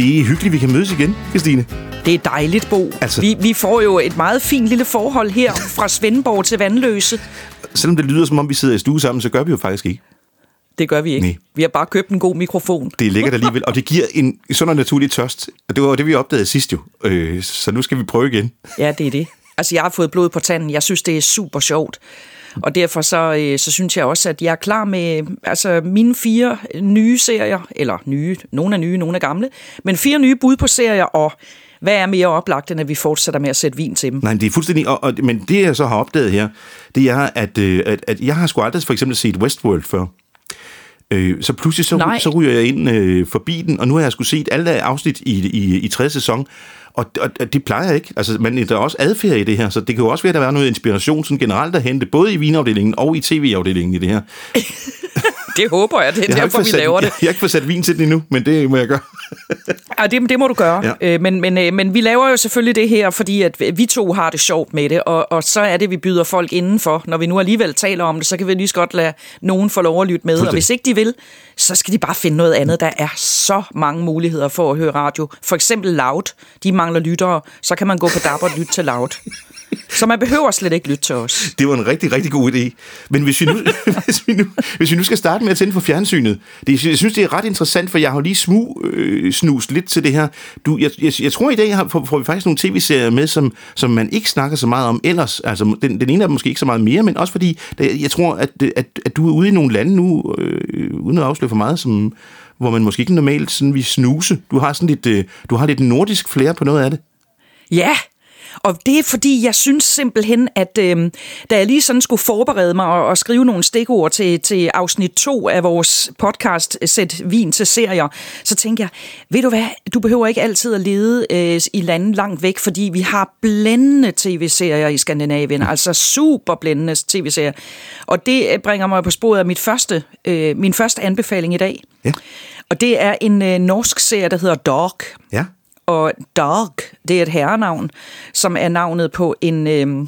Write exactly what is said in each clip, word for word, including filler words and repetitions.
Det er hyggeligt, vi kan mødes igen, Christine. Det er dejligt, Bo. Altså, vi, vi får jo et meget fint lille forhold her fra Svendborg til Vandløse. Selvom det lyder, som om vi sidder i stue sammen, så gør vi jo faktisk ikke. Det gør vi ikke. Nej. Vi har bare købt en god mikrofon. Det er lækkert alligevel, og det giver en sådan naturlig tørst. Og det var det, vi opdagede sidst jo. Øh, så nu skal vi prøve igen. Ja, det er det. Altså, jeg har fået blod på tanden. Jeg synes, det er super sjovt. Og derfor så, så synes jeg også, at jeg er klar med altså, mine fire nye serier. Eller nye, nogle er nye, nogle er gamle. Men fire nye bud på serier, og hvad er mere oplagt, end at vi fortsætter med at sætte vin til dem? Nej, det er fuldstændig... Og, og, men det, jeg så har opdaget her, det er, at, at, at jeg har sgu aldrig for eksempel set Westworld før. Øh, så pludselig så, så ryger jeg ind øh, forbi den, og nu har jeg sgu set alle afsnit i, i, i tredje sæson, og, og det plejer jeg ikke. Altså, men der er også adfærd i det her, så det kan jo også være, at der er noget inspiration sådan generelt at hente, både i vinafdelingen og i tv-afdelingen i det her. Det håber jeg, det er jeg derfor, vi sat, laver det. Jeg, jeg har ikke fået sat vin til den endnu, men det må jeg gøre. Ja, det, det må du gøre. Ja. Men, men, men vi laver jo selvfølgelig det her, fordi at vi to har det sjovt med det, og, og så er det, vi byder folk indenfor. Når vi nu alligevel taler om det, så kan vi lige så godt lade nogen få lov at lytte med, og hvis ikke de vil, så skal de bare finde noget andet. Der er så mange muligheder for at høre radio. For eksempel Loud. De mangler lyttere, så kan man gå på D A B og lytte til Loud. Så man behøver slet ikke lytte til os. Det var en rigtig, rigtig god idé. Men hvis vi nu, hvis vi nu, hvis vi nu skal starte med at tænde for fjernsynet, det, jeg synes, det er ret interessant, for jeg har lige smug, øh, snust lidt til det her. Du, jeg, jeg, jeg tror, i dag har, får, får vi faktisk nogle tv-serier med, som, som man ikke snakker så meget om ellers. Altså, den, den ene er måske ikke så meget mere, men også fordi, der, jeg tror, at, at, at du er ude i nogle lande nu, øh, uden at afsløre for meget, som, hvor man måske ikke normalt sådan vil snuse. Du har sådan lidt, øh, du har lidt nordisk flair på noget af det. Ja, og det er fordi, jeg synes simpelthen, at øh, da jeg lige sådan skulle forberede mig og, og skrive nogle stikord til, til afsnit to af vores podcast Sæt vin til serier, så tænkte jeg, ved du hvad, du behøver ikke altid at lede øh, i lande langt væk, fordi vi har blændende tv-serier i Skandinavien, altså super blændende tv-serier. Og det bringer mig på sporet af mit første, øh, min første anbefaling i dag. Ja. Og det er en øh, norsk serie, der hedder Dog. Ja. Og Dag, det er et herrenavn, som er navnet på en, øh,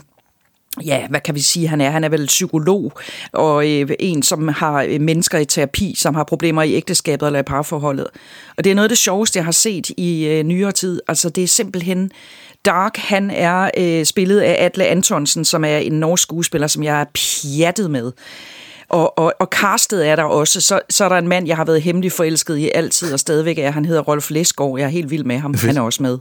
ja, hvad kan vi sige, han er? Han er vel psykolog, og øh, en, som har øh, mennesker i terapi, som har problemer i ægteskabet eller i parforholdet. Og det er noget af det sjoveste, jeg har set i øh, nyere tid. Altså, det er simpelthen... Dag, han er øh, spillet af Atle Antonsen, som er en norsk skuespiller, som jeg er pjattet med. Og, og, og castet er der også. Så, så er der en mand, jeg har været hemmelig forelsket i altid, og stadigvæk er. Han hedder Rolf Lesgaard. Jeg er helt vild med ham. Han er også med.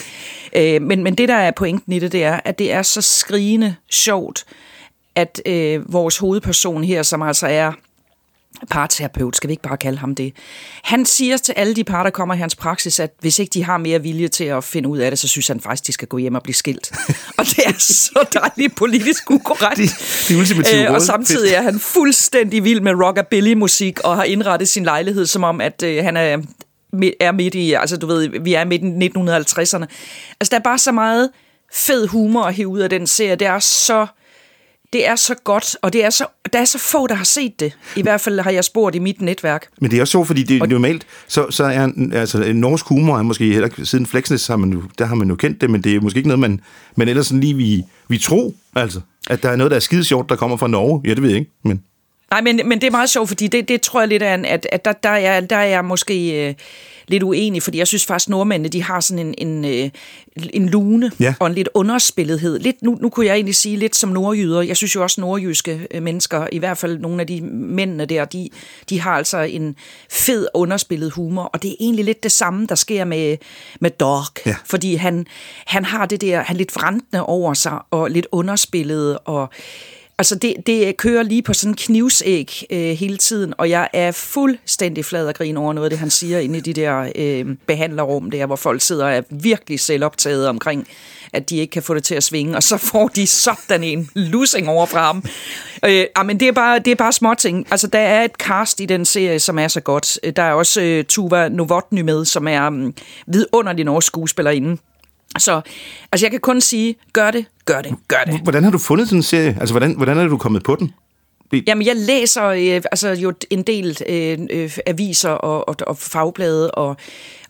øh, men, men det, der er pointen i det, det er, at det er så skrigende sjovt, at øh, vores hovedperson her, som altså er parterapeut, skal vi ikke bare kalde ham det, han siger til alle de par, der kommer i hans praksis, at hvis ikke de har mere vilje til at finde ud af det, så synes han faktisk, de skal gå hjem og blive skilt. Og det er så dejligt politisk ukorrekt. Det, det ultimative øh, og samtidig er han fuldstændig vild med rockabilly-musik og har indrettet sin lejlighed, som om, at øh, han er, er midt i, altså du ved, vi er midt i nitten halvtredserne. Altså der er bare så meget fed humor at hive ud af den serie. Det er så... Det er så godt, og det er så, der er så få, der har set det. I hvert fald har jeg spurgt i mit netværk. Men det er også så, fordi det er normalt, så, så er altså, en norsk humor, er måske heller siden Fleksnes, har man jo, der har man jo kendt det, men det er måske ikke noget, man, man ellers sådan lige vi, vi tro, altså, at der er noget, der er skide sjovt, der kommer fra Norge. Ja, det ved jeg ikke, men... Nej, men, men det er meget sjovt, fordi det, det tror jeg lidt er, at, at der, der, er, der er jeg måske øh, lidt uenig, fordi jeg synes faktisk, at nordmændene, de har sådan en, en, øh, en lune ja. og en lidt underspillethed. Lidt, nu, nu kunne jeg egentlig sige lidt som nordjyder. Jeg synes jo også, nordjyske mennesker, i hvert fald nogle af de mændene der, de, de har altså en fed underspillet humor, og det er egentlig lidt det samme, der sker med, med Dog, ja. fordi han, han har det der, han er lidt vrantende over sig, og lidt underspillet, og altså, det, det kører lige på sådan en knivsæg øh, hele tiden, og jeg er fuldstændig flad og grin over noget af det, han siger inde i de der øh, behandlerrum der, hvor folk sidder og er virkelig selvoptaget omkring, at de ikke kan få det til at svinge, og så får de sådan en lussing over fra ham. Øh, men det er bare, det er bare småting. Altså, der er et cast i den serie, som er så godt. Der er også øh, Tuva Novotny med, som er um, vidunderlig norsk skuespillerinde. Så altså jeg kan kun sige, gør det, gør det, gør det. Hvordan har du fundet sådan en serie? Altså, hvordan, hvordan er du kommet på den? Det... Jamen, jeg læser øh, altså jo en del øh, øh, aviser og, og, og fagblade, og,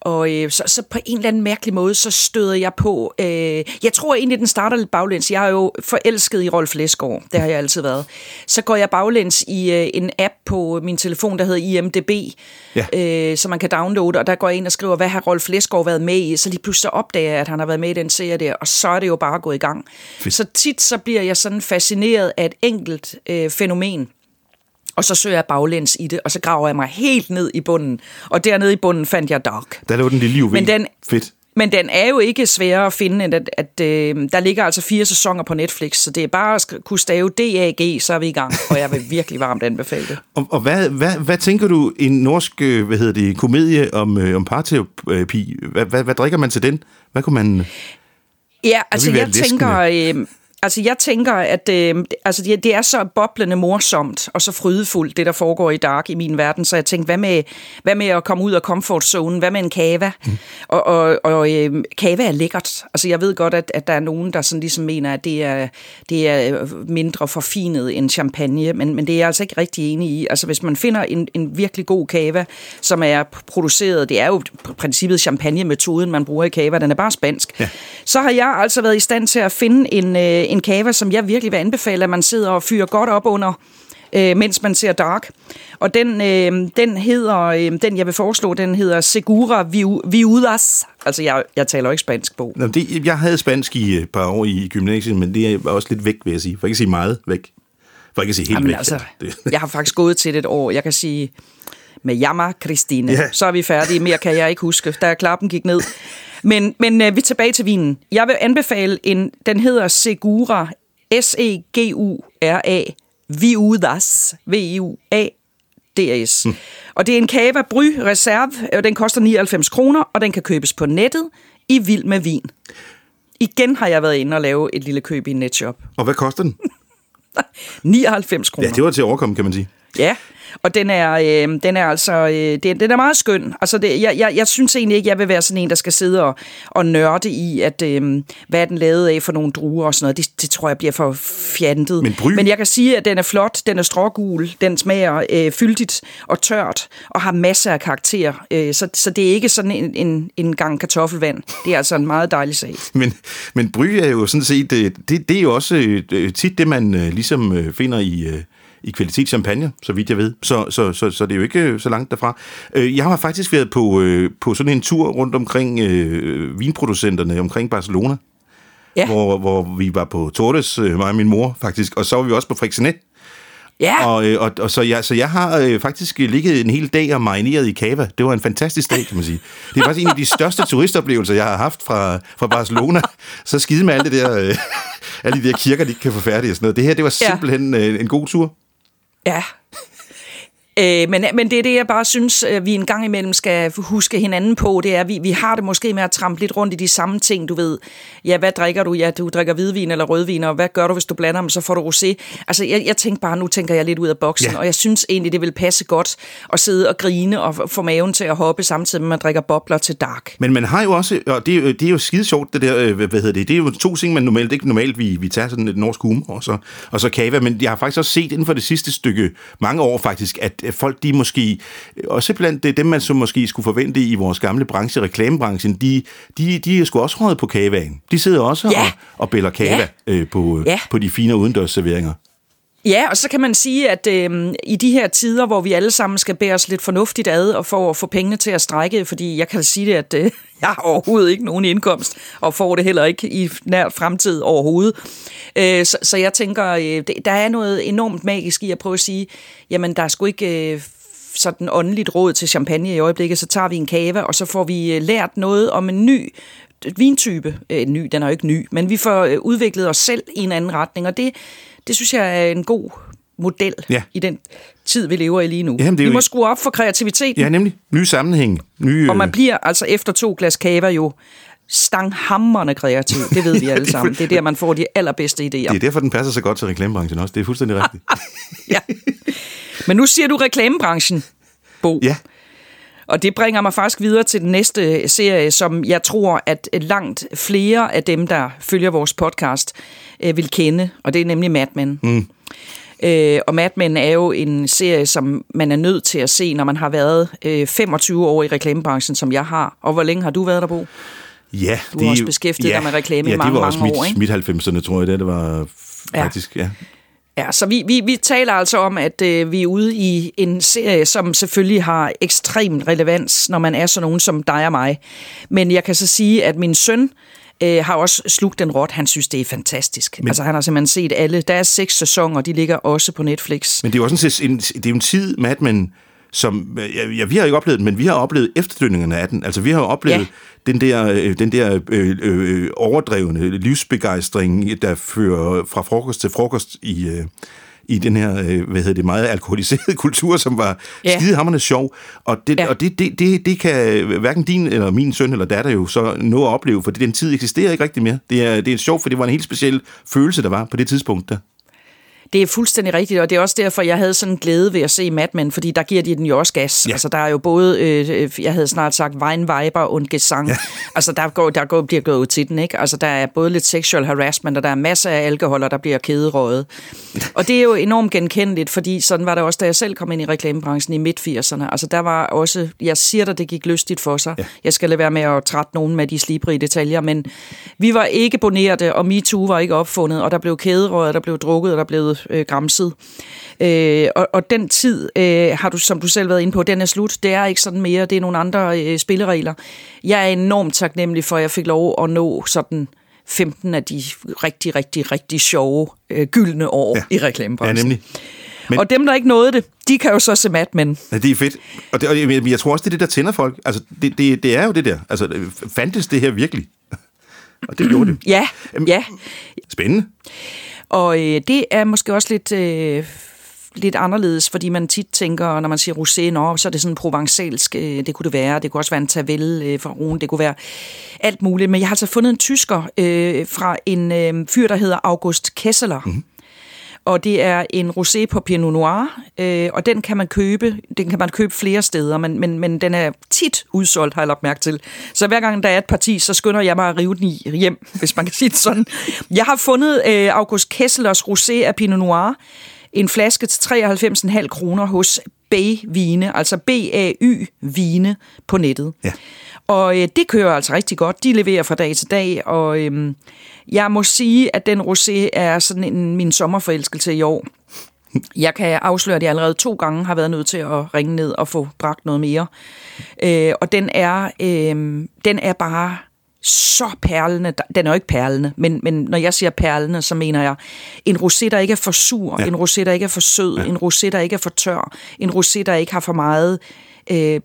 Og øh, så, så på en eller anden mærkelig måde, så støder jeg på... Øh, jeg tror egentlig, den starter lidt baglæns. Jeg er jo forelsket i Rolf Lesgaard. Det har jeg altid været. Så går jeg baglæns i øh, en app på min telefon, der hedder I M D B, ja. øh, som man kan downloade, og der går jeg ind og skriver, hvad har Rolf Lesgaard været med i? Så lige pludselig opdager jeg, at han har været med i den serie der, og så er det jo bare gået i gang. Fedt. Så tit så bliver jeg sådan fascineret af et enkelt øh, fænomen, og så søger jeg baglæns i det, og så graver jeg mig helt ned i bunden. Og dernede i bunden fandt jeg Dark. Der lå den lille juvel. Men den, Fedt. Men den er jo ikke sværere at finde, end at, at øh, der ligger altså fire sæsoner på Netflix, så det er bare at kunne stave D A G, så er vi i gang, og jeg vil virkelig varmt anbefale det. Og, og hvad, hvad, hvad tænker du, en norsk, hvad hedder det, komedie om, øh, om parterapi, hvad, hvad, hvad drikker man til den? Hvad kunne man... Ja, altså jeg tænker... Øh, Altså, jeg tænker, at øh, altså, det, det er så boblende morsomt og så frydefuldt, det der foregår i Dark i min verden, så jeg tænkte, hvad med, hvad med at komme ud af comfort-zonen? Hvad med en kava? Mm. Og, og, og øh, kava er lækkert. Altså, jeg ved godt, at, at der er nogen, der sådan ligesom mener, at det er, det er mindre forfinet end champagne, men, men det er jeg altså ikke rigtig enig i. Altså, hvis man finder en, en virkelig god kava, som er produceret, det er jo princippet champagne-metoden, man bruger i kava, den er bare spansk, ja. Så har jeg altså været i stand til at finde en, øh, en kava, som jeg virkelig vil anbefale, at man sidder og fyrer godt op under, øh, mens man ser Dark. Og den, øh, den hedder, øh, den jeg vil foreslå, den hedder Segura Viudas. Altså, jeg, jeg taler jo ikke spansk på. Nå, det, jeg havde spansk i et par år i gymnasiet, men det er også lidt væk, vil jeg sige. For ikke at sige meget væk. For ikke at sige helt Jamen, væk. Altså, jeg har faktisk gået til det et år. Jeg kan sige, med Jammer Christine, ja. Så er vi færdige. Mere kan jeg ikke huske, da klappen gik ned. Men, men øh, vi er tilbage til vinen. Jeg vil anbefale en, den hedder Segura, S E G U R A, Viudas, V I U A D S. Mm. Og det er en Cava Bry Reserve, og den koster nioghalvfems kroner, og den kan købes på nettet i Vild med Vin. Igen har jeg været inde og lave et lille køb i en netshop. Og hvad koster den? nioghalvfems kroner. Ja, det var til at overkomme, kan man sige. Ja, og den er, øh, den er altså øh, den, den er meget skøn. Altså det, jeg, jeg, jeg synes egentlig ikke, jeg vil være sådan en, der skal sidde og, og nørde i, at øh, hvad er den lavet af for nogle druer og sådan noget. Det, det tror jeg bliver for fjantet. Men, Men jeg kan sige, at den er flot, den er strågul, den smager øh, fyldigt og tørt og har masser af karakter. Øh, så, så det er ikke sådan en, en, en gang kartoffelvand. Det er altså en meget dejlig sag. Men, men Bry er jo sådan set, det, det er jo også øh, tit det, man øh, ligesom øh, finder i... Øh, i kvalitet champagne, så vidt jeg ved. Så, så, så, så det er jo ikke så langt derfra. Jeg har faktisk været på, på sådan en tur rundt omkring øh, vinproducenterne omkring Barcelona, ja. hvor, hvor vi var på Tordes, mig og min mor faktisk, og så var vi også på Freixenet. Ja. Og, og, og så, jeg, så jeg har øh, faktisk ligget en hel dag og marineret i cava. Det var en fantastisk dag, kan man sige. Det er faktisk en af de største turistoplevelser, jeg har haft fra, fra Barcelona. Så skide med alle, det der, øh, alle de der kirker, de ikke kan få færdige og sådan noget. Det her, det var simpelthen øh, en god tur. Ja. Øh, men, men det er det, jeg bare synes, vi en gang imellem skal huske hinanden på, det er, at vi, vi har det måske med at trampe lidt rundt i de samme ting, du ved. Ja, hvad drikker du? Ja, du drikker hvidvin eller rødvin, og hvad gør du, hvis du blander dem? Så får du rosé. Altså, jeg, jeg tænker bare, nu tænker jeg lidt ud af boksen, ja. Og jeg synes egentlig, det vil passe godt at sidde og grine og få maven til at hoppe, samtidig med, at man drikker bobler til Dark. Men man har jo også, og det er, det er jo skide sjovt, det der, hvad hedder det, det er jo to ting, man normalt ikke normalt, vi, vi tager sådan et norsk humor, og så, og så kava, men jeg har faktisk også set inden for det sidste stykke, mange år faktisk, at folk, de måske, også blandt det, dem, man så måske skulle forvente i vores gamle branche, reklamebranchen, de, de, de er sgu også røget på kavaen. De sidder også ja. og, og bæller kava ja. øh, på, ja. på de fine udendørsserveringer. Ja, og så kan man sige, at øh, i de her tider, hvor vi alle sammen skal bære os lidt fornuftigt ad og få, få pengene til at strække, fordi jeg kan sige det, at øh, jeg har overhovedet ikke nogen indkomst, og får det heller ikke i nær fremtid overhovedet. Øh, så, så jeg tænker, øh, det, der er noget enormt magisk i at prøve at sige, jamen der er sgu ikke... Øh, sådan åndeligt råd til champagne i øjeblikket, så tager vi en cava, og så får vi lært noget om en ny vintype. En ny, den er jo ikke ny, men vi får udviklet os selv i en anden retning, og det, det synes jeg er en god model ja. i den tid, vi lever i lige nu. Jamen, vi må jo... skrue op for kreativiteten. Ja, nemlig. Nye sammenhæng. Nye, og man bliver altså efter to glas cava jo stanghamrende kreativ. Det ved vi alle sammen. Det er der, man får de allerbedste idéer. Det er derfor, den passer så godt til reklamebranchen også. Det er fuldstændig rigtigt. Ja. Men nu siger du reklamebranchen, Bo. Ja. Og det bringer mig faktisk videre til den næste serie, som jeg tror, at langt flere af dem, der følger vores podcast, vil kende. Og det er nemlig Mad Men. Mm. Øh, og Mad Men er jo en serie, som man er nødt til at se, når man har været øh, femogtyve år i reklamebranchen, som jeg har. Og hvor længe har du været der, Bo? Ja, du har også beskæftiget ja, dig med reklame ja, i mange, mange år. Ja, det var også år, midt halvfemserne, tror jeg, det, det var faktisk, ja. ja. Ja, så vi, vi, vi taler altså om, at øh, vi er ude i en serie, som selvfølgelig har ekstrem relevans, når man er sådan nogen som dig og mig. Men jeg kan så sige, at min søn øh, har også slugt den rot. Han synes, det er fantastisk. Men, altså, han har simpelthen set alle. Der er seks sæsoner, de ligger også på Netflix. Men det er jo også en, det er jo en tid, Mad Men, som, ja, vi har ikke oplevet den, men vi har oplevet efterdønningerne af den. Altså, vi har jo oplevet ja. den der, den der øh, øh, overdrevne livsbegejstring, der fører fra frokost til frokost i, øh, i den her, øh, hvad hedder det, meget alkoholiserede kultur, som var ja. skidehammerende sjov. Og, det, ja. og det, det, det, det kan hverken din eller min søn eller datter jo så nå at opleve, for den tid eksisterer ikke rigtig mere. Det er, det er sjovt, for det var en helt speciel følelse, der var på det tidspunkt der. Det er fuldstændig rigtigt, og det er også derfor, jeg havde sådan en glæde ved at se Mad Men, fordi der giver de den jo også gas. Ja. Altså, der er jo både, øh, jeg havde snart sagt, Weinweiber und Gesang. Ja. Altså, der, går, der går, bliver gået til den, ikke? Altså, der er både lidt sexual harassment, og der er masser af alkoholer, der bliver kæderøget. Og det er jo enormt genkendeligt, fordi sådan var det også, da jeg selv kom ind i reklamebranchen i midt firserne. Altså, der var også, jeg siger dig, det gik lystigt for sig. Ja. Jeg skal lade være med at trætte nogen med de slibrige detaljer, men vi var ikke bonerte, og MeToo var ikke opfundet, og der blev kæderøget, der blev drukket, og der blev Øh, gramset. Øh, og, og den tid, øh, har du, som du selv været inde på, den er slut. Det er ikke sådan mere. Det er nogle andre øh, spilleregler. Jeg er enormt taknemmelig for, at jeg fik lov at nå sådan femten af de rigtig, rigtig, rigtig sjove øh, gyldne år ja. i reklamebranchen. Ja, nemlig. Men, og dem, der ikke nåede det, de kan jo så se Mad Men. Ja, det er fedt. Og, det, og jeg, jeg tror også, det er det, der tænder folk. Altså, det, det, det er jo det der. Altså, fandtes det her virkelig? Og det gjorde det. Ja, ja. Spændende. Og øh, det er måske også lidt, øh, lidt anderledes, fordi man tit tænker, når man siger rosé, nå, så er det sådan provençalsk, øh, det kunne det være. Det kunne også være en tavel øh, fra Rhône, det kunne være alt muligt. Men jeg har altså fundet en tysker øh, fra en øh, fyr, der hedder August Kesseler. Mm-hmm. Og det er en rosé på Pinot Noir, øh, og den kan man købe, den kan man købe flere steder, men, men, men den er tit udsolgt, har jeg lagt mærke til. Så hver gang der er et parti, så skynder jeg mig at rive den hjem, hvis man kan sige det sådan. Jeg har fundet øh, August Kesselers rosé af Pinot Noir, en flaske til treoghalvfems komma fem kroner hos Bay Vine, altså B A Y Vine på nettet. Ja. Og øh, det kører altså rigtig godt. De leverer fra dag til dag, og øh, jeg må sige, at den rosé er sådan en, min sommerforelskelse i år. Jeg kan afsløre, at jeg allerede to gange har været nødt til at ringe ned og få bragt noget mere. Øh, og den er, øh, den er bare så perlende. Den er jo ikke perlende, men, men når jeg siger perlende, så mener jeg en rosé, der ikke er for sur, ja. en rosé, der ikke er for sød, ja. en rosé, der ikke er for tør, en rosé, der ikke har for meget øh,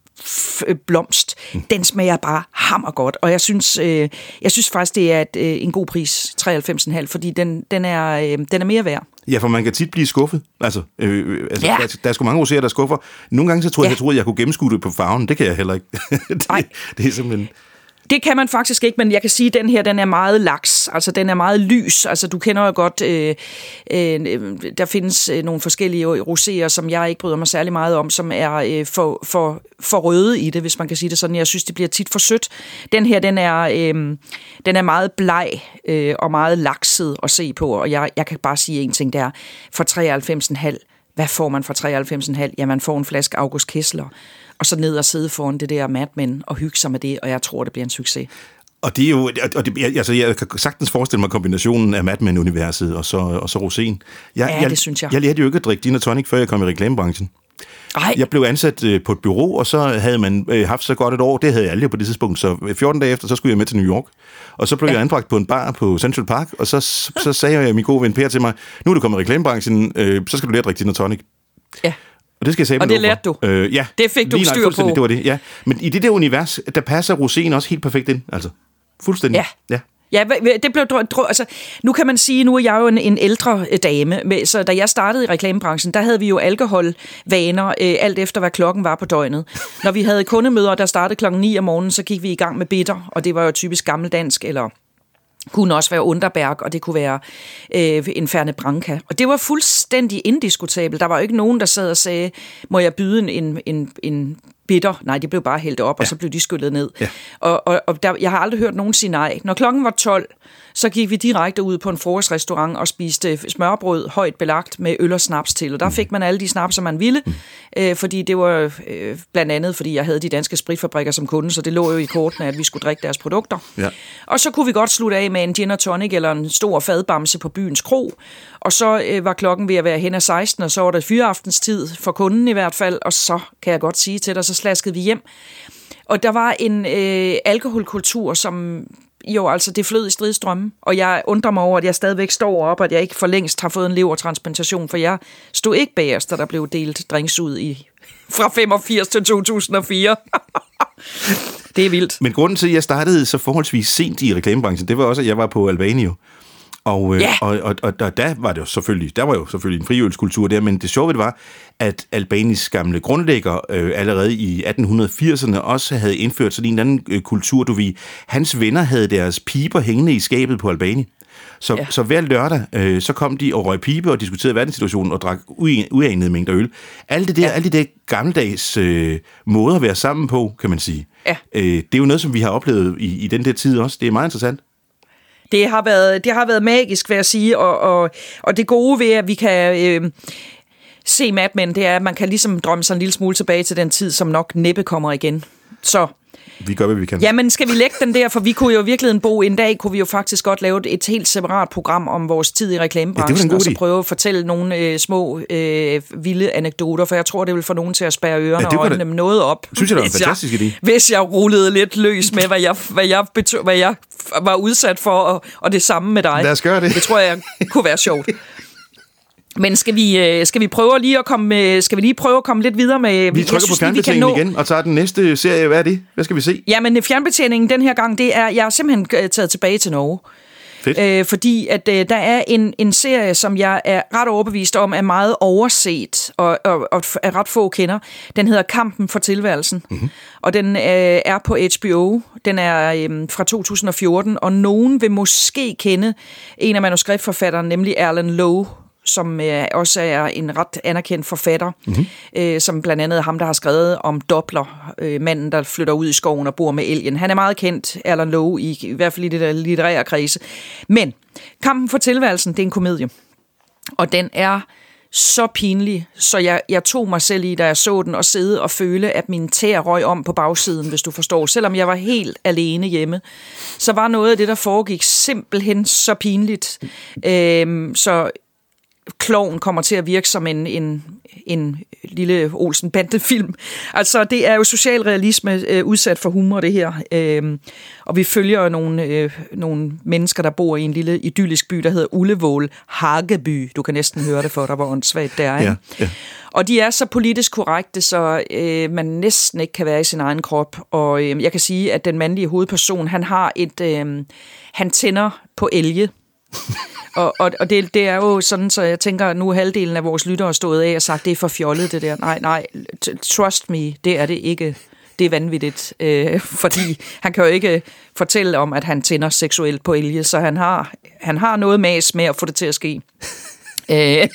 blomst, mm. den smager bare hammergodt, og jeg synes, øh, jeg synes faktisk, det er et, øh, en god pris, treoghalvfems komma fem, fordi den, den, er, øh, den er mere værd. Ja, for man kan tit blive skuffet. Altså, øh, altså ja. der, der er sgu mange roséer, der skuffer. Nogle gange så tror jeg, ja. jeg, troede, jeg kunne gennemskue det på farven. Det kan jeg heller ikke. det, Nej. det er simpelthen... Det kan man faktisk ikke, men jeg kan sige, at den her, den er meget laks, altså den er meget lys, altså du kender jo godt, øh, øh, der findes øh, nogle forskellige roséer, som jeg ikke bryder mig særlig meget om, som er øh, for, for, for røde i det, hvis man kan sige det sådan. Jeg synes, det bliver tit for sødt. Den her, den er, øh, den er meget bleg øh, og meget lakset at se på, og jeg, jeg kan bare sige en ting der, for treoghalvfems komma fem, hvad får man for treoghalvfems komma fem? Ja, man får en flaske August Kessler, og så ned og sidde foran det der Mad Men og hygge sig med det, og jeg tror, det bliver en succes. Og det er jo, og det, altså jeg kan sagtens forestille mig kombinationen af Mad Men-universet og så, og så roséen. Jeg, ja, jeg, det synes jeg. Jeg lærte jo ikke at drikke gin og tonic, før jeg kom i reklamebranchen. Ej. Jeg blev ansat på et bureau, og så havde man haft så godt et år, det havde jeg aldrig på det tidspunkt, så fjorten dage efter, så skulle jeg med til New York. Og så blev ja. jeg anbragt på en bar på Central Park, og så, så sagde jeg min gode ven Per til mig, nu er du kommet i reklamebranchen, øh, så skal du lære at drikke gin og tonic. Ja. Og det skal jeg sige. Og det lærte du? Øh, ja. Det fik du styr på? Det var det, ja. Men i det der univers, der passer roséen også helt perfekt ind, altså. Fuldstændig. Ja. ja. Ja, det blev drø- altså, nu kan man sige, nu er jeg jo en, en ældre dame, med, så da jeg startede i reklamebranchen, der havde vi jo alkoholvaner, øh, alt efter hvad klokken var på døgnet. Når vi havde kundemøder, der startede klokken ni om morgenen, så gik vi i gang med bitter, og det var jo typisk gammeldansk, eller kunne også være Underberg, og det kunne være øh, en Fernet Branca. Og det var fuldstændig indiskutabelt. Der var jo ikke nogen, der sad og sagde, må jeg byde en, en, en bitter. Nej, det blev bare hældt op, ja. Og så blev de skyllet ned. Ja. Og, og, og der, jeg har aldrig hørt nogen sige nej. Når klokken var tolv, så gik vi direkte ud på en frokostrestaurant og spiste smørbrød, højt belagt med øl og snaps til. Og der fik man alle de snapser, man ville, mm. øh, fordi det var øh, blandt andet, fordi jeg havde de danske spritfabrikker som kunde, så det lå jo i kortene, at vi skulle drikke deres produkter. Ja. Og så kunne vi godt slutte af med en gin og tonic eller en stor fadbamse på byens kro. Og så øh, var klokken ved at være hen ad seksten, og så var det fyreaftenstid for kunden i hvert fald, og så kan jeg godt sige til dig, så slaskede vi hjem. Og der var en øh, alkoholkultur, som jo altså det flød i stridstrømme, og jeg undrer mig over, at jeg stadigvæk står op, og at jeg ikke for længst har fået en levertransplantation, for jeg stod ikke bagerst, da der blev delt drinks ud i fra femogfirs til to tusind og fire. Det er vildt. Men grunden til, at jeg startede så forholdsvis sent i reklamebranchen, det var også, at jeg var på Albanio. Og, ja. og, og, og, og der var det jo selvfølgelig, der var jo selvfølgelig en friølskultur der, men det sjove det var, at Albanis gamle grundlægger øh, allerede i atten firserne også havde indført sådan en anden øh, kultur, du ved. Hans venner havde deres piber hængende i skabet på Albani. Så, ja. så hver lørdag, øh, så kom de og røg pibe og diskuterede verdenssituationen og drak uanede mængder øl. Alle de der, ja. alle de der gammeldags øh, måder at være sammen på, kan man sige. Ja. Øh, det er jo noget, som vi har oplevet i, i den der tid også. Det er meget interessant. Det har været, det har været magisk, vil jeg sige, og, og, og det gode ved, at vi kan øh, se Mad Men, det er, at man kan ligesom drømme sig en lille smule tilbage til den tid, som nok næppe kommer igen. Så vi gør, hvad vi kan. Jamen, skal vi lægge den der, for vi kunne jo virkelig bo en dag, kunne vi jo faktisk godt lave et helt separat program om vores tid i reklamebranchen, ja, og så prøve at fortælle nogle øh, små, øh, vilde anekdoter, for jeg tror, det vil få nogen til at spærre ørerne ja, og øjnene da noget op. Synes jeg, det var en fantastisk idé. Hvis jeg rullede lidt løs med, hvad jeg, hvad jeg, betø- hvad jeg var udsat for, og, og det samme med dig. Lad os gøre det. Det tror jeg kunne være sjovt. Men skal vi, skal vi prøve lige at komme, skal vi lige prøve at komme lidt videre med... Vi trykker synes, på fjernbetjeningen nå... igen, og tager den næste serie. Hvad er det? Hvad skal vi se? Jamen, fjernbetjeningen den her gang, det er... Jeg er simpelthen taget tilbage til Norge. Fedt. Øh, fordi at øh, der er en, en serie, som jeg er ret overbevist om, er meget overset, og, og, og er ret få kender. Den hedder Kampen for tilværelsen, mm-hmm. og den øh, er på H B O. Den er øh, fra to tusind og fjorten, og nogen vil måske kende en af manuskriptforfatterne, nemlig Erland Loe, som øh, også er en ret anerkendt forfatter, mm-hmm. øh, som blandt andet er ham, der har skrevet om Doppler, øh, manden, der flytter ud i skoven og bor med elgen. Han er meget kendt, Erland Loe, i, i hvert fald i det der litterære kredse. Men Kampen for tilværelsen, det er en komedie, og den er så pinlig, så jeg, jeg tog mig selv i, da jeg så den, og sidde og føle, at min tæer røg om på bagsiden, hvis du forstår. Selvom jeg var helt alene hjemme, så var noget af det, der foregik, simpelthen så pinligt. Øh, så Klovn kommer til at virke som en, en, en lille Olsen-bande-film. Altså, det er jo socialrealisme øh, udsat for humor, det her. Øh, og vi følger nogle, øh, nogle mennesker, der bor i en lille idyllisk by, der hedder Ullevål Hageby. Du kan næsten høre det for dig, hvor åndssvagt det er. Ja, ja. Og de er så politisk korrekte, så øh, man næsten ikke kan være i sin egen krop. Og øh, jeg kan sige, at den mandlige hovedperson, han har et... Øh, han tænder på elge. Og, og, og det, det er jo sådan, så jeg tænker, at nu halvdelen af vores lyttere er stået af og sagt, det er for fjollet det der. Nej, nej, trust me, det er det ikke. Det er vanvittigt, øh, fordi han kan jo ikke fortælle om, at han tænder seksuelt på elge, så han har, han har noget mas med at få det til at ske. øh.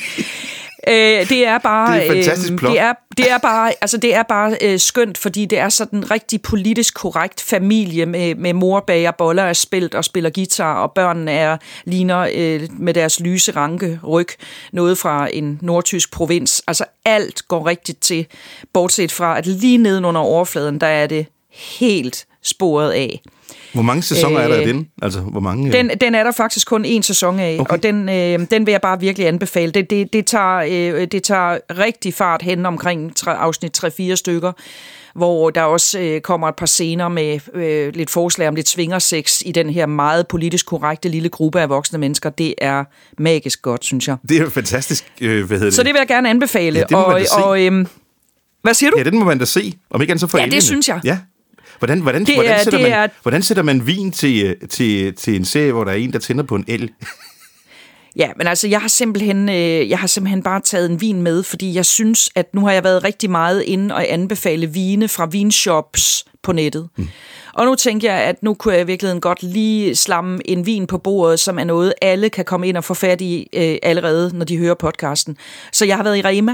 Øh, det er bare, det er fantastisk plot. Øh, det er, det er bare, altså det er bare øh, skønt, fordi det er sådan en rigtig politisk korrekt familie med, med mor bager boller af spelt og spiller guitar, og børnene er ligner øh, med deres lyse ranke ryg noget fra en nordtysk provins. Altså alt går rigtigt til, bortset fra at lige nedenunder overfladen, der er det helt sporet af. Hvor mange sæsoner øh, er der af den? Altså, hvor mange, den, den er der faktisk kun én sæson af, okay. Og den, øh, den vil jeg bare virkelig anbefale. Det, det, det, tager, øh, det tager rigtig fart hen omkring tre, afsnit tre fire stykker, hvor der også øh, kommer et par scener med øh, lidt forslag om lidt svingersex i den her meget politisk korrekte lille gruppe af voksne mennesker. Det er magisk godt, synes jeg. Det er fantastisk. Øh, hvad hedder det? Så det vil jeg gerne anbefale. Ja, det må og, man da se. Og, øh, hvad siger du? Ja, den må man da se. Om ikke andet så for Ja, det synes jeg. Ja. Hvordan, hvordan, det hvordan, er, sætter det man, er... hvordan sætter man vin til, til, til en serie, hvor der er en, der tænder på en el? Ja, men altså, jeg har simpelthen, øh, jeg har simpelthen bare taget en vin med, fordi jeg synes, at nu har jeg været rigtig meget inde og anbefale vine fra vinshops på nettet. Mm. Og nu tænker jeg, at nu kunne jeg i virkeligheden godt lige slamme en vin på bordet, som er noget, alle kan komme ind og få fat i øh, allerede, når de hører podcasten. Så jeg har været i Rema.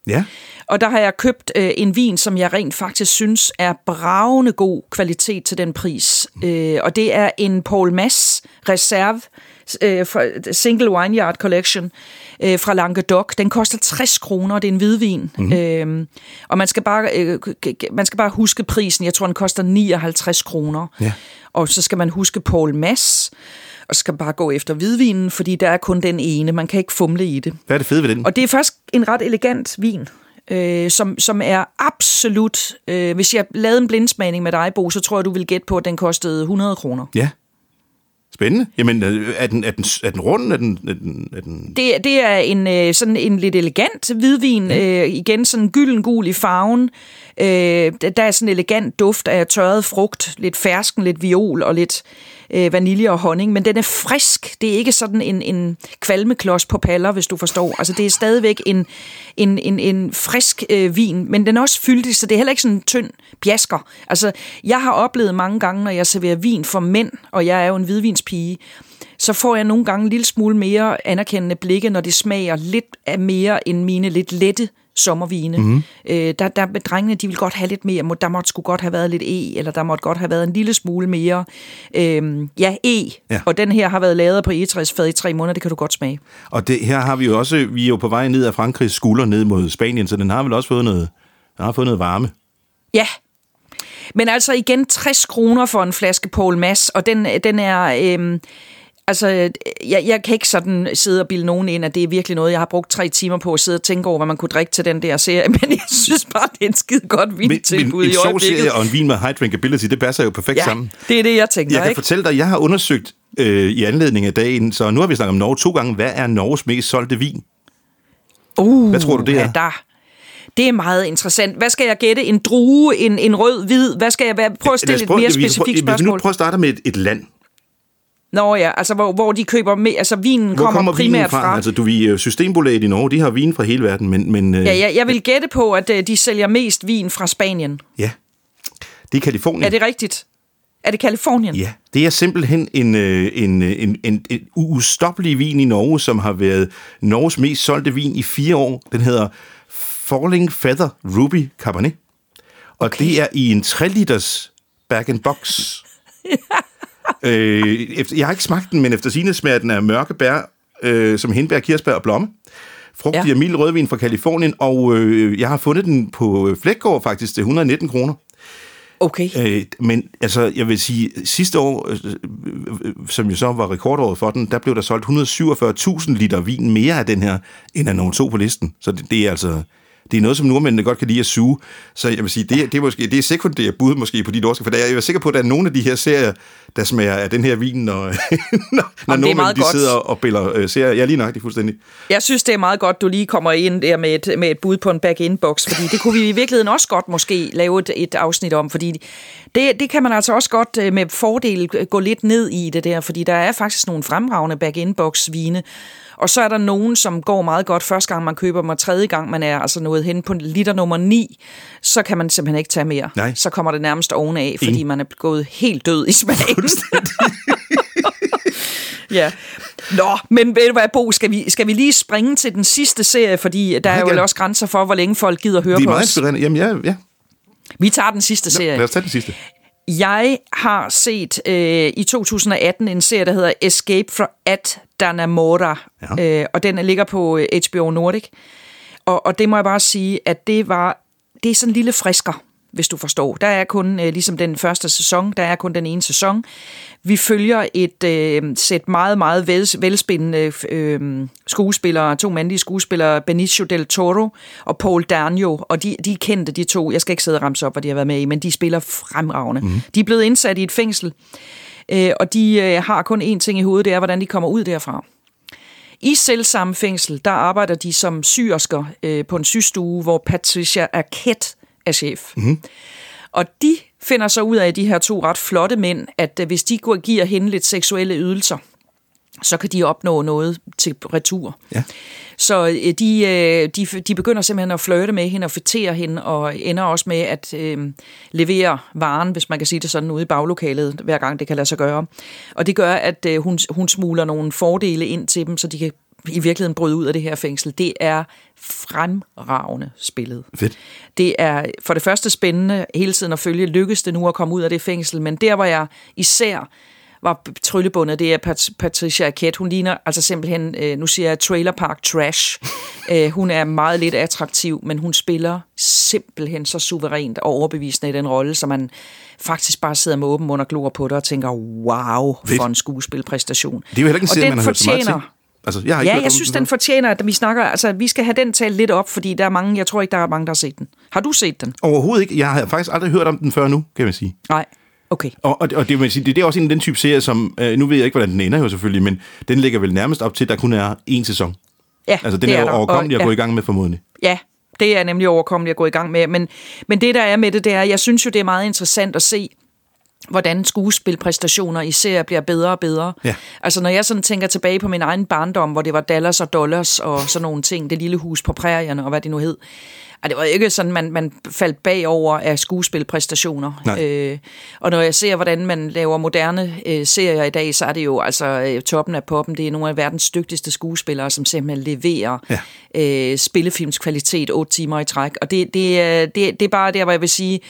Ja. Og der har jeg købt øh, en vin, som jeg rent faktisk synes er bravende god kvalitet til den pris. Øh, og det er en Paul Mass Reserve øh, Single Vineyard Collection øh, fra Languedoc. Den koster tres kroner, det er en hvidvin. Mm-hmm. Øh, og man skal, bare, øh, man skal bare huske prisen. Jeg tror, den koster nioghalvtreds kroner. Ja. Og så skal man huske Paul Mass, og skal bare gå efter hvidvinen, fordi der er kun den ene. Man kan ikke fumle i det. Hvad er det fede ved den? Og det er faktisk en ret elegant vin. Øh, som, som er absolut... Øh, hvis jeg lavede en blindsmagning med dig, Bo, så tror jeg, du vil gætte på, at den kostede hundrede kroner. Ja. Spændende. Jamen, er den, er den, er den rund? Er den, er den, er den... Det, det er en, sådan en lidt elegant hvidvin. Ja. Øh, igen sådan gylden-gul i farven. Øh, der er sådan en elegant duft af tørret frugt. Lidt fersken, lidt viol og lidt øh, vanilje og honning. Men den er frisk. Det er ikke sådan en, en kvalmeklods på paller, hvis du forstår. Altså, det er stadigvæk en, en, en, en frisk øh, vin. Men den er også fyldig, så det er heller ikke sådan en tynd bjasker. Altså, jeg har oplevet mange gange, når jeg serverer vin for mænd, og jeg er jo en hvidvinspige, så får jeg nogle gange en lille smule mere anerkendende blikke, når det smager lidt af mere end mine lidt lette sommervine. Mm-hmm. Øh, der, der med drengene, de vil godt have lidt mere, der måtte sgu godt have været lidt E, eller der måtte godt have været en lille smule mere, øh, ja, E. Ja. Og den her har været lavet på egetræsfad i tre måneder, det kan du godt smage. Og det her har vi jo også, vi er jo på vej ned af Frankrigs skulder ned mod Spanien, så den har vel også fået noget, den har fået noget varme. Ja. Men altså igen tres kroner for en flaske Paul Mass, og den, den er... Øh, Altså, jeg, jeg kan ikke sådan sidde og bilde nogen ind, at det er virkelig noget, jeg har brugt tre timer på at sidde og tænke over, hvad man kunne drikke til den der serie, men jeg synes bare, det er en skide godt vintilbud i øjeblikket. En sjov serie og en vin med high drinkability, det passer jo perfekt ja, sammen. Det er det, jeg tænker. Jeg kan ikke? fortælle dig, jeg har undersøgt øh, i anledning af dagen, så nu har vi snakket om Norge to gange. Hvad er Norges mest solgte vin? Uh, hvad tror du, det er? Ja, der. Det er meget interessant. Hvad skal jeg gætte? En drue, en, en rød, hvid? Hvad skal jeg være? Prøv at stille et mere specifikt spørgsmål. Hvis vi nu prøver at starte med et, et land. Nå ja, altså hvor, hvor de køber med, altså vinen hvor kommer, kommer primært fra. fra. Altså du ved, Systembolaget i Norge, de har vin fra hele verden, men... men ja, ja, jeg vil gætte på, at de sælger mest vin fra Spanien. Ja, det er Californien. Er det rigtigt? Er det Californien? Ja, det er simpelthen en, en, en, en, en, en ustoppelig vin i Norge, som har været Norges mest solgte vin i fire år. Den hedder Falling Feather Ruby Cabernet. Og okay. Det er i en tre liters bag-in-box. øh, efter, jeg har ikke smagt den, men efter sigende smager den af mørke bær, øh, som hindbær, kirsebær og blomme. Frugtig ja. og mild rødvin fra Californien, og øh, jeg har fundet den på Flækgaard faktisk til et hundrede og nitten kroner. Okay. Øh, men altså, jeg vil sige, sidste år, øh, øh, som jo så var rekordåret for den, der blev der solgt et hundrede og syvogfyrre tusind liter vin mere af den her, end af nummer to på listen. Så det, det er altså... Det er noget, som nordmændene godt kan lide at suge. Så jeg vil sige, det, det er, måske, det er sekundært bud måske på de norske, for jeg er sikker på, at der er nogle af de her serier, der smager af den her vin, når, når, når nordmændene de sidder og biller øh, serier. Jeg er lige nøjagtig fuldstændig. Jeg synes, det er meget godt, du lige kommer ind der med et, med et bud på en back-in-box, fordi det kunne vi i virkeligheden også godt måske lave et, et afsnit om, fordi det, det kan man altså også godt med fordel gå lidt ned i det der, fordi der er faktisk nogle fremragende back-in-box-vine. Og så er der nogen, som går meget godt første gang, man køber dem, og tredje gang, man er altså nået hen på liter nummer ni, så kan man simpelthen ikke tage mere. Nej. Så kommer det nærmest ovenaf, fordi Ingen. man er gået helt død i smagen. Ja. Nå, men ved du hvad, Bo, skal vi, skal vi lige springe til den sidste serie, fordi der er jo gerne. også grænser for, hvor længe folk gider høre på os. Det er meget inspirerende. Jamen, ja, ja. Vi tager den sidste serie. Lad os tage den sidste. Jeg har set øh, i to tusind og atten en serie, der hedder Escape from at Dannemora, ja. øh, og den ligger på H B O Nordic. Og, og det må jeg bare sige, at det var det er sådan en lille frisker, hvis du forstår. Der er kun, øh, ligesom den første sæson, der er kun den ene sæson. Vi følger et øh, sæt meget, meget vel, velspændende øh, skuespillere, to mandlige skuespillere, Benicio del Toro og Paul Dano, og de, de er kendte, de to. Jeg skal ikke sidde og ramse op, hvad de har været med i, men de spiller fremragende. Mm. De er blevet indsat i et fængsel, øh, og de øh, har kun én ting i hovedet, det er, hvordan de kommer ud derfra. I selvsamme fængsel, der arbejder de som syersker øh, på en systue, hvor Patricia Arquette er chef. Mm. Og de finder så ud af, de her to ret flotte mænd, at hvis de går og giver hende lidt seksuelle ydelser, så kan de opnå noget til retur. Ja. Så de, de, de begynder simpelthen at flirte med hende og fætere hende, og ender også med at øh, levere varen, hvis man kan sige det sådan, ude i baglokalet, hver gang det kan lade sig gøre. Og det gør, at øh, hun, hun smugler nogle fordele ind til dem, så de kan i virkeligheden bryde ud af det her fængsel. Det er fremragende spillet. Fedt. Det er for det første spændende hele tiden at følge, lykkes det nu at komme ud af det fængsel, men der, hvor jeg især var tryllebundet, det er Pat- Patricia Arquette. Hun ligner altså simpelthen, øh, nu siger jeg Trailer Park Trash. øh, hun er meget lidt attraktiv, men hun spiller simpelthen så suverænt og overbevisende i den rolle, så man faktisk bare sidder med åben mund og glor på det og tænker, wow, for en skuespilpræstation. Det er jo heller ikke en serie, man har hørt så meget til. Altså, jeg har ikke ja, jeg synes, den fortjener, at vi snakker, altså, vi skal have den talt lidt op, fordi der er mange, jeg tror ikke, der er mange, der har set den. Har du set den? Overhovedet ikke. Jeg har faktisk aldrig hørt om den før nu, kan man sige. Nej. Okay. Og, og, og det, man sige, det er også en af den type serie, som, øh, nu ved jeg ikke, hvordan den ender jo selvfølgelig, men den ligger vel nærmest op til, at der kun er én sæson. Ja, altså, den det er, er jo overkommelig at og, gå ja. i gang med formodentlig. Ja, det er nemlig overkommelig at gå i gang med. Men, men det, der er med det, det er, jeg synes jo, det er meget interessant at se, hvordan skuespilpræstationer i serier bliver bedre og bedre. Ja. Altså, når jeg sådan tænker tilbage på min egen barndom, hvor det var Dallas og Dollars og sådan nogle ting, Det lille hus på prærierne og hvad det nu hed. Og det var ikke sådan, man, man faldt bagover af skuespilpræstationer. Øh, og når jeg ser, hvordan man laver moderne øh, serier i dag, så er det jo altså øh, toppen af poppen. Det er nogle af verdens dygtigste skuespillere, som simpelthen leverer ja. øh, spillefilmskvalitet otte timer i træk. Og det, det, det, det er bare der, hvor jeg vil sige,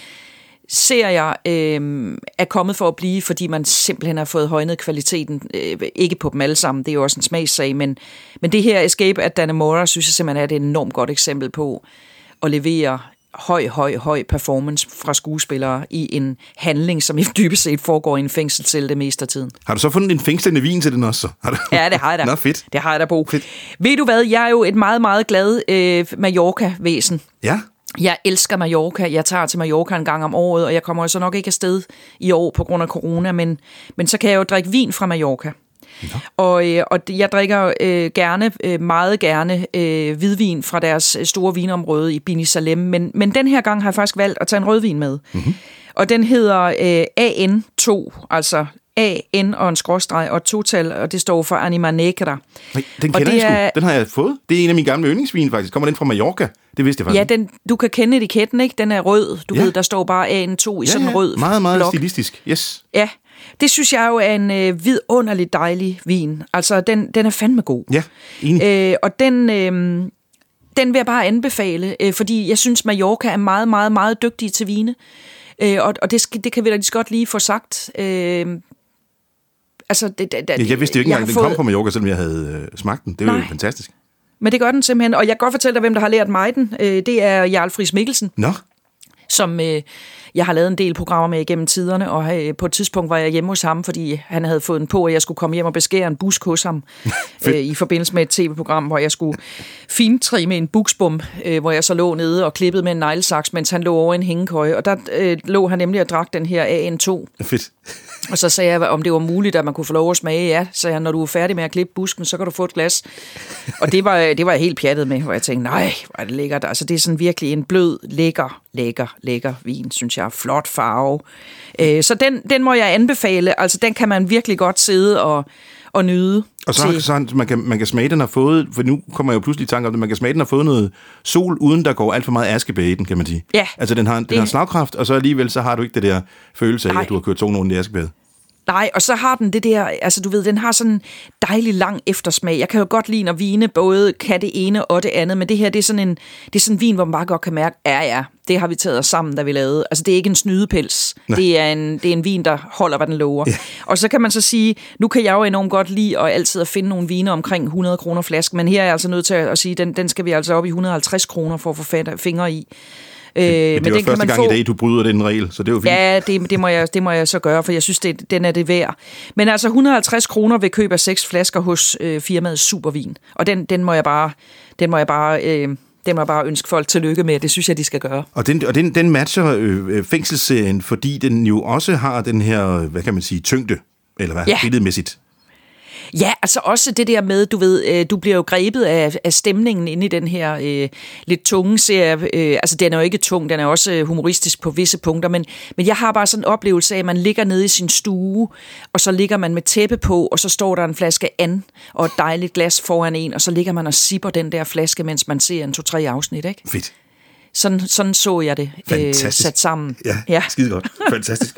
serier øh, er kommet for at blive, fordi man simpelthen har fået højnet kvaliteten. Øh, ikke på dem alle sammen, det er jo også en smagssag, men, men det her Escape at Dannemora, synes jeg simpelthen er et enormt godt eksempel på at levere høj, høj, høj performance fra skuespillere i en handling, som i dybest set foregår i en fængselscelle det meste af tiden. Har du så fundet en fængslende vin til den også? Har du? Ja, det har jeg da. Nå, fedt. Det har jeg da, Bo. Fedt. Ved du hvad, jeg er jo et meget, meget glad øh, Mallorca-væsen. Ja. Jeg elsker Mallorca. Jeg tager til Mallorca en gang om året, og jeg kommer så nok ikke afsted i år på grund af corona, men, men så kan jeg jo drikke vin fra Mallorca. Ja. Og, øh, og jeg drikker øh, gerne, øh, meget gerne øh, hvidvin fra deres store vinområde i Bini Salem, men, men den her gang har jeg faktisk valgt at tage en rødvin med. Mm-hmm. Og den hedder øh, A N to, altså A N og en skråstreg og total, og det står for Anima Negra. Nej, den kender jeg sgu. Er, den har jeg fået. Det er en af mine gamle yndlingsvin faktisk. Kommer den fra Mallorca? Det vidste jeg faktisk. Ja, den, du kan kende etiketten, ikke? Den er rød. Du ja. ved, der står bare A N to i ja, sådan en rød meget, meget blok. Stilistisk. Yes. Ja, det synes jeg jo er en øh, vidunderlig dejlig vin. Altså, den, den er fandme god. Ja, enig. Øh, og den, øh, den vil jeg bare anbefale, øh, fordi jeg synes, Mallorca er meget, meget, meget dygtige til vine. Øh, og og det, det kan vi da lige så godt lige få sagt. Øh, altså, det, det, ja, jeg vidste jo ikke engang, den fået... kom fra Mallorca, selvom jeg havde øh, smagt den. Det var jo fantastisk. Men det gør den simpelthen. Og jeg kan godt fortælle dig, hvem der har lært mig den. Øh, det er Jarl Friis Mikkelsen. Nå. Som øh, jeg har lavet en del programmer med igennem tiderne, og øh, på et tidspunkt var jeg hjemme hos ham, fordi han havde fået den på, at jeg skulle komme hjem og beskære en busk hos ham øh, i forbindelse med et tv-program, hvor jeg skulle fintrimme en buksbom, øh, hvor jeg så lå nede og klippede med en neglesaks, mens han lå over en hængekøje, og der øh, lå han nemlig og drak den her A N to. Fedt. Og så sagde jeg, om det var muligt, at man kunne få lov at smage. Ja, sagde jeg, når du er færdig med at klippe busken, så kan du få et glas. Og det var, det var jeg helt pjattet med, hvor jeg tænkte, nej, hvor er det lækkert. Altså, det er sådan virkelig en blød, lækker, lækker, lækker vin, synes jeg. Flot farve. Øh, så den, den må jeg anbefale. Altså, den kan man virkelig godt sidde og, og nyde. Og så, så man, kan, man kan smage, den har fået, for nu kommer jeg jo pludselig i tanke om det, man kan smage, den har fået noget sol, uden der går alt for meget askebage i den, kan man sige. Ja. Altså, den har, den det... har slagkraft, og så alligevel, så har du ikke det der følelse af, Nej. at du har kørt to nogen i askebade. Nej, og så har den det der, altså du ved, den har sådan en dejlig lang eftersmag. Jeg kan jo godt lide, når vine både kan det ene og det andet, men det her, det er sådan en, det er sådan en vin, hvor man bare godt kan mærke, ja ja, det har vi taget os sammen, da vi lavede. Altså det er ikke en snydepels. Det er en, det er en vin, der holder, hvad den lover. Ja. Og så kan man så sige, nu kan jeg jo enormt godt lide at altid at finde nogle viner omkring hundrede kroner flaske, men her er jeg altså nødt til at sige, den, den skal vi altså op i et hundrede og halvtreds kroner for at få fingre i. Men, men det er jo første gang få... i dag, du bryder den regel, så det er jo fint. Ja, det, det, må jeg, det må jeg så gøre, for jeg synes, det, den er det værd. Men altså et hundrede og halvtreds kroner ved køb af seks flasker hos øh, firmaet Supervin. Og den, den må jeg bare, den må jeg bare, øh, den må jeg bare ønske folk tillykke med. Det synes jeg, de skal gøre. Og den, og den, den matcher øh, fængselsserien, fordi den jo også har den her, hvad kan man sige, tyngde, eller hvad, ja. billedmæssigt. Ja, altså også det der med, du ved, du bliver jo grebet af, af stemningen inde i den her øh, lidt tunge serie. Øh, altså, den er jo ikke tung, den er også humoristisk på visse punkter, men, men jeg har bare sådan en oplevelse af, at man ligger nede i sin stue, og så ligger man med tæppe på, og så står der en flaske an og et dejligt glas foran en, og så ligger man og sipper den der flaske, mens man ser en to-tre afsnit, ikke? Fedt. Sådan, sådan så jeg det øh, sat sammen. Ja, ja. Skide godt. Fantastisk.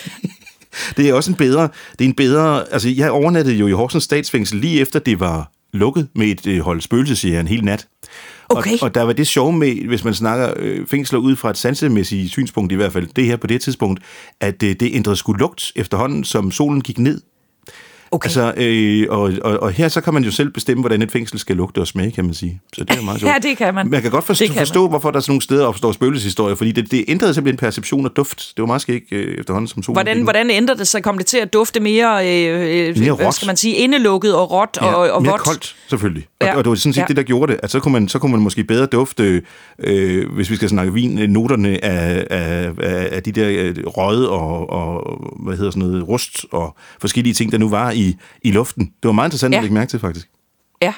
Det er også en bedre, det er en bedre, altså jeg overnattede jo i Horsens Statsfængsel lige efter det var lukket med et øh, hold spøgelsesjæger en hel nat. Okay. Og, og der var det sjove med, hvis man snakker øh, fængsler ud fra et sansemæssigt synspunkt i hvert fald, det her på det tidspunkt, at øh, det ændrede sgu lugt efterhånden, som solen gik ned. Okay. Altså, øh, og, og, og her så kan man jo selv bestemme, hvordan et fængsel skal lugte og smage, kan man sige. Så det er meget sjovt. Ja, det kan man. Man kan godt forstå, kan forstå hvorfor der er sådan nogle steder opstår spøgelseshistorier, fordi det, det ændrede simpelthen perception og duft. Det var meget skægt øh, efterhånden, som solen. Hvordan, hvordan ændrede det sig? Kom det til at dufte mere, øh, mere hvad skal man sige, indelukket og råt ja, og, og mere vådt? koldt, selvfølgelig. Og, Ja. og det var sådan set Ja. det, der gjorde det. At så kunne man, så kunne man måske bedre dufte, øh, hvis vi skal snakke vin, noterne af, af, af, af de der øh, rød og, og, hvad hedder sådan noget, rust og forskellige ting, der nu var i, i luften. Det var meget interessant Ja. at lægge mærke til, faktisk. Ja.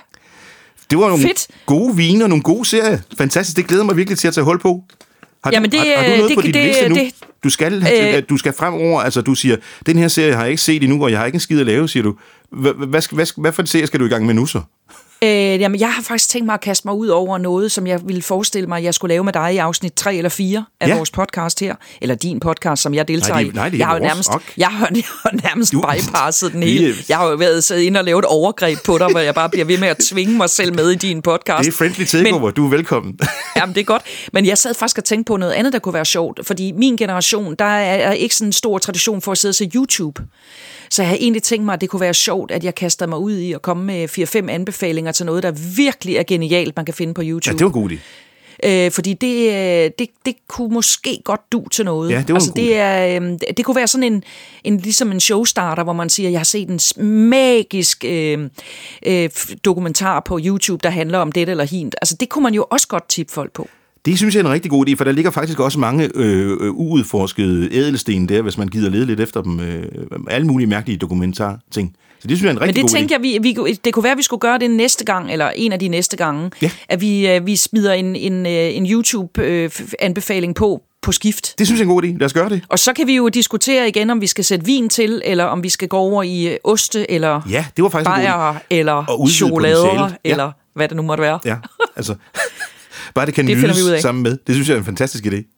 Det var nogle Fedt. gode viner, nogle gode serier. Fantastisk, det glæder mig virkelig til at tage hul på. Har, Jamen, det, har, har du noget det, på din det, liste nu? det, du, skal, øh, du skal fremover, altså du siger, den her serie har jeg ikke set endnu, og jeg har ikke en skid at lave, siger du. Hvad, hvad, hvad, hvad for en serie skal du i gang med nu så? Øh, jamen, jeg har faktisk tænkt mig at kaste mig ud over noget, som jeg ville forestille mig, at jeg skulle lave med dig i afsnit tre eller fire af Ja. vores podcast her. Eller din podcast, som jeg deltager Nej, det- i. nej, det er jeg har jo vores. nærmest, Ok. jeg har, jeg har nærmest Du- bypasset den Vi hele. er- Jeg har jo været så inde og lavet et overgreb på dig, hvor jeg bare bliver ved med at tvinge mig selv med i din podcast. Det er friendly takeover, men, du er velkommen. Jamen, det er godt. Men jeg sad faktisk og tænkte på noget andet, der kunne være sjovt. Fordi min generation, der er ikke sådan en stor tradition for at sidde og se YouTube. Så jeg har egentlig tænkt mig, at det kunne være sjovt, at jeg kaster mig ud i at komme med fire fem anbefalinger til noget, der virkelig er genialt, man kan finde på YouTube. Ja, det var en god idé. Øh, fordi det, øh, det, det kunne måske godt du til noget. Ja, det var altså, en god det, er, øh, det kunne være sådan en, en, ligesom en showstarter, hvor man siger, jeg har set en magisk øh, øh, dokumentar på YouTube, der handler om det eller hint. Altså, det kunne man jo også godt tippe folk på. Det synes jeg er en rigtig god idé, for der ligger faktisk også mange øh, øh, uudforskede ædelsten der, hvis man gider lede lidt efter dem. Øh, alle mulige mærkelige dokumentar-ting. Så det synes jeg er en rigtig Men det god tænkte idé. jeg, vi, vi, det kunne være, at vi skulle gøre det næste gang, eller en af de næste gange, Ja. at vi, øh, vi smider en, en, øh, en YouTube-anbefaling på, på skift. Det synes jeg er en god idé. Lad os gøre det. Og så kan vi jo diskutere igen, om vi skal sætte vin til, eller om vi skal gå over i øh, oste, eller Ja, det var faktisk en god idé. bajer, eller Og udvide chokolader, potentialet. Ja. eller hvad det nu måtte være. Ja, altså... Bare det kan Det finder vi ud nydes af. sammen med. Det synes jeg er en fantastisk idé.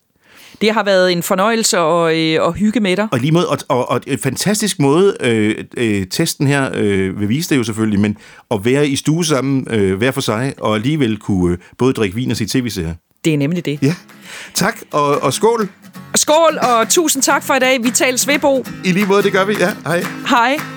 Det har været en fornøjelse og, øh, og hygge med dig. Og lige måde, og, og, og en fantastisk måde, øh, øh, testen her øh, vil vise det jo selvfølgelig, men at være i stue sammen, øh, hver for sig, og alligevel kunne øh, både drikke vin og se tv-serier. Det er nemlig det. Ja, tak, og, og skål. Skål, og tusind tak for i dag. Vi tales ved, Bo. I lige måde, det gør vi. Ja, hej. Hej.